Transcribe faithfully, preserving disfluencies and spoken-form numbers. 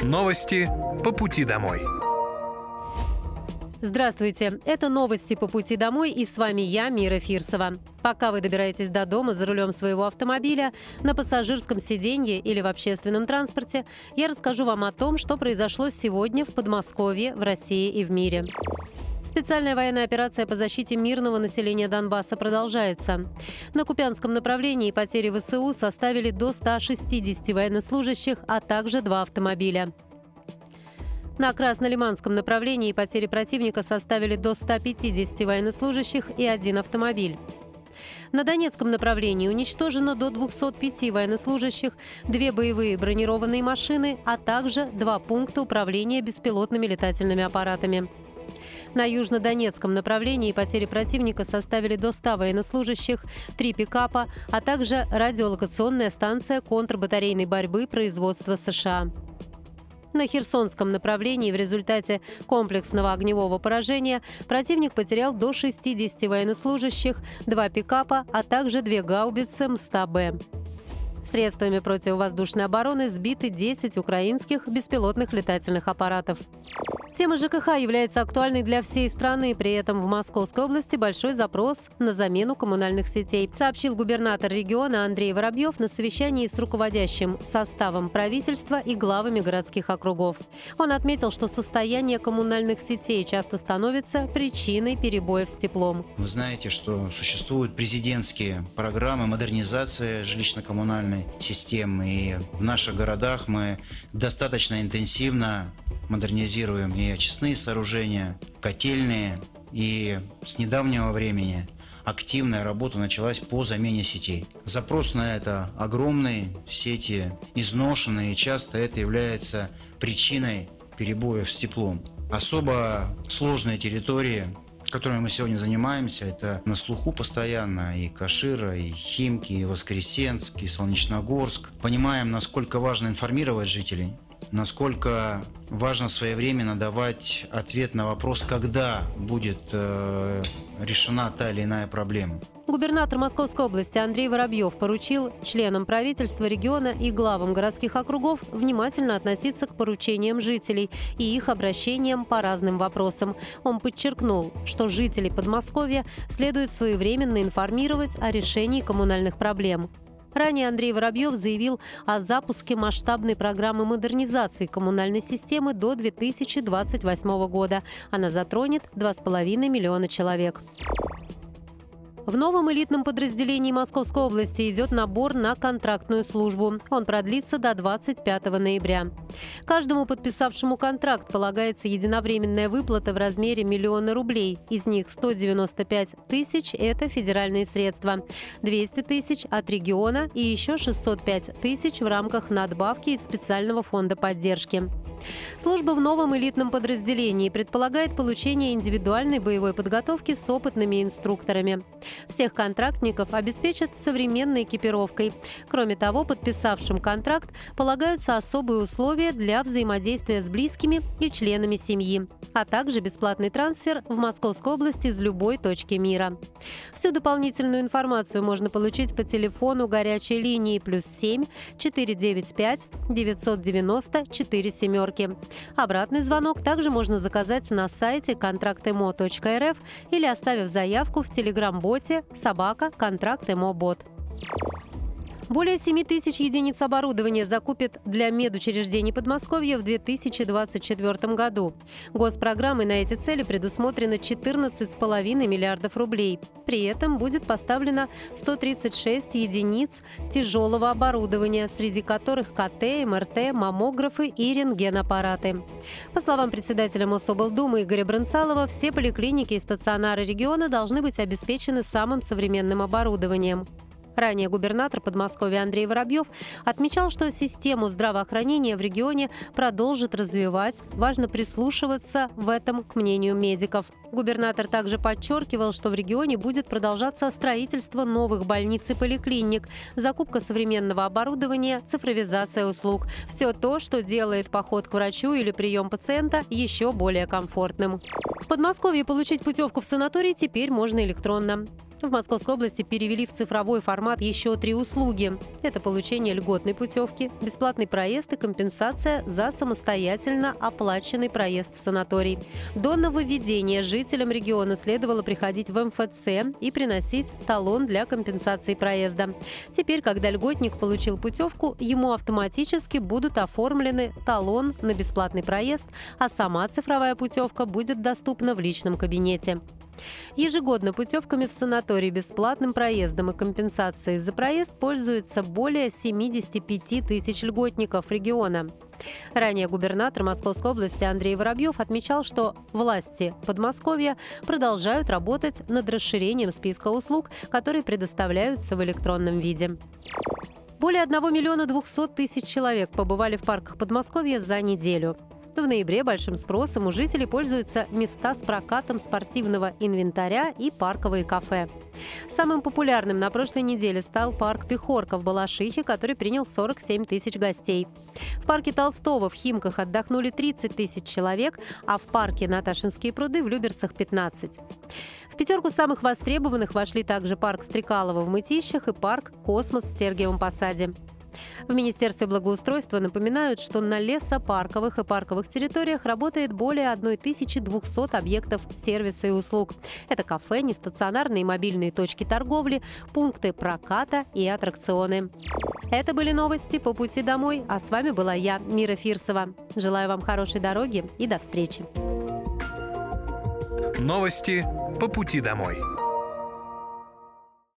Новости по пути домой. Здравствуйте, это новости по пути домой, и с вами я, Мира Фирсова. Пока вы добираетесь до дома за рулем своего автомобиля, на пассажирском сиденье или в общественном транспорте, я расскажу вам о том, что произошло сегодня в Подмосковье, в России и в мире. Специальная военная операция по защите мирного населения Донбасса продолжается. На Купянском направлении потери ВСУ составили до ста шестидесяти военнослужащих, а также два автомобиля. На Краснолиманском направлении потери противника составили до ста пятидесяти военнослужащих и один автомобиль. На Донецком направлении уничтожено до двухсот пяти военнослужащих, две боевые бронированные машины, а также два пункта управления беспилотными летательными аппаратами. На Южнодонецком направлении потери противника составили до ста военнослужащих, три пикапа, а также радиолокационная станция контрбатарейной борьбы производства США. На Херсонском направлении в результате комплексного огневого поражения противник потерял до шестидесяти военнослужащих, два пикапа, а также две гаубицы эм ста бэ. Средствами противовоздушной обороны сбиты десять украинских беспилотных летательных аппаратов. Тема ЖКХ является актуальной для всей страны, при этом в Московской области большой запрос на замену коммунальных сетей, сообщил губернатор региона Андрей Воробьев на совещании с руководящим составом правительства и главами городских округов. Он отметил, что состояние коммунальных сетей часто становится причиной перебоев с теплом. Вы знаете, что существуют президентские программы модернизации жилищно-коммунальной системы, и в наших городах мы достаточно интенсивно модернизируем и очистные сооружения, котельные, и с недавнего времени активная работа началась по замене сетей. Запрос на это огромный, сети изношенные, и часто это является причиной перебоев с теплом. Особо сложные территории, которыми мы сегодня занимаемся, это на слуху постоянно и Кашира, и Химки, и Воскресенск, и Солнечногорск. Понимаем, насколько важно информировать жителей, насколько важно своевременно давать ответ на вопрос, когда будет э, решена та или иная проблема. Губернатор Московской области Андрей Воробьев поручил членам правительства региона и главам городских округов внимательно относиться к поручениям жителей и их обращениям по разным вопросам. Он подчеркнул, что жителей Подмосковья следует своевременно информировать о решении коммунальных проблем. Ранее Андрей Воробьев заявил о запуске масштабной программы модернизации коммунальной системы до две тысячи двадцать восьмого года. Она затронет два с половиной миллиона человек. В новом элитном подразделении Московской области идет набор на контрактную службу. Он продлится до двадцать пятого ноября. Каждому подписавшему контракт полагается единовременная выплата в размере миллиона рублей. Из них сто девяносто пять тысяч – это федеральные средства, двести тысяч от региона и еще шестьсот пять тысяч в рамках надбавки из специального фонда поддержки. Служба в новом элитном подразделении предполагает получение индивидуальной боевой подготовки с опытными инструкторами. Всех контрактников обеспечат современной экипировкой. Кроме того, подписавшим контракт полагаются особые условия для взаимодействия с близкими и членами семьи, а также бесплатный трансфер в Московской области из любой точки мира. Всю дополнительную информацию можно получить по телефону горячей линии плюс семь четыреста девяносто пять девятьсот девяносто четыре семерки. Обратный звонок также можно заказать на сайте контракт эм о точка эр эф или оставив заявку в телеграм-боте собака контракт эм о бот. Более семи тысяч единиц оборудования закупят для медучреждений Подмосковья в две тысячи двадцать четвёртом году. Госпрограммой на эти цели предусмотрено четырнадцать с половиной миллиардов рублей. При этом будет поставлено сто тридцать шесть единиц тяжелого оборудования, среди которых ка тэ, эм эр тэ, маммографы и рентгенаппараты. По словам председателя Мособлдумы Игоря Брынцалова, все поликлиники и стационары региона должны быть обеспечены самым современным оборудованием. Ранее губернатор Подмосковья Андрей Воробьев отмечал, что систему здравоохранения в регионе продолжит развивать. Важно прислушиваться в этом к мнению медиков. Губернатор также подчеркивал, что в регионе будет продолжаться строительство новых больниц и поликлиник, закупка современного оборудования, цифровизация услуг. Все то, что делает поход к врачу или прием пациента еще более комфортным. В Подмосковье получить путевку в санаторий теперь можно электронно. В Московской области перевели в цифровой формат еще три услуги. Это получение льготной путевки, бесплатный проезд и компенсация за самостоятельно оплаченный проезд в санаторий. До нововведения жителям региона следовало приходить в эм эф цэ и приносить талон для компенсации проезда. Теперь, когда льготник получил путевку, ему автоматически будут оформлены талон на бесплатный проезд, а сама цифровая путевка будет доступна в личном кабинете. Ежегодно путевками в санаторий, бесплатным проездом и компенсацией за проезд пользуются более семидесяти пяти тысяч льготников региона. Ранее губернатор Московской области Андрей Воробьев отмечал, что власти Подмосковья продолжают работать над расширением списка услуг, которые предоставляются в электронном виде. Более одного миллиона двухсот тысяч человек побывали в парках Подмосковья за неделю. В ноябре большим спросом у жителей пользуются места с прокатом спортивного инвентаря и парковые кафе. Самым популярным на прошлой неделе стал парк Пехорка в Балашихе, который принял сорок семь тысяч гостей. В парке Толстого в Химках отдохнули тридцать тысяч человек, а в парке Наташинские пруды в Люберцах – пятнадцать. В пятерку самых востребованных вошли также парк Стрекалова в Мытищах и парк Космос в Сергиевом Посаде. В Министерстве благоустройства напоминают, что на лесопарковых и парковых территориях работает более тысячи двухсот объектов сервиса и услуг. Это кафе, нестационарные и мобильные точки торговли, пункты проката и аттракционы. Это были новости по пути домой, а с вами была я, Мира Фирсова. Желаю вам хорошей дороги и до встречи. Новости по пути домой.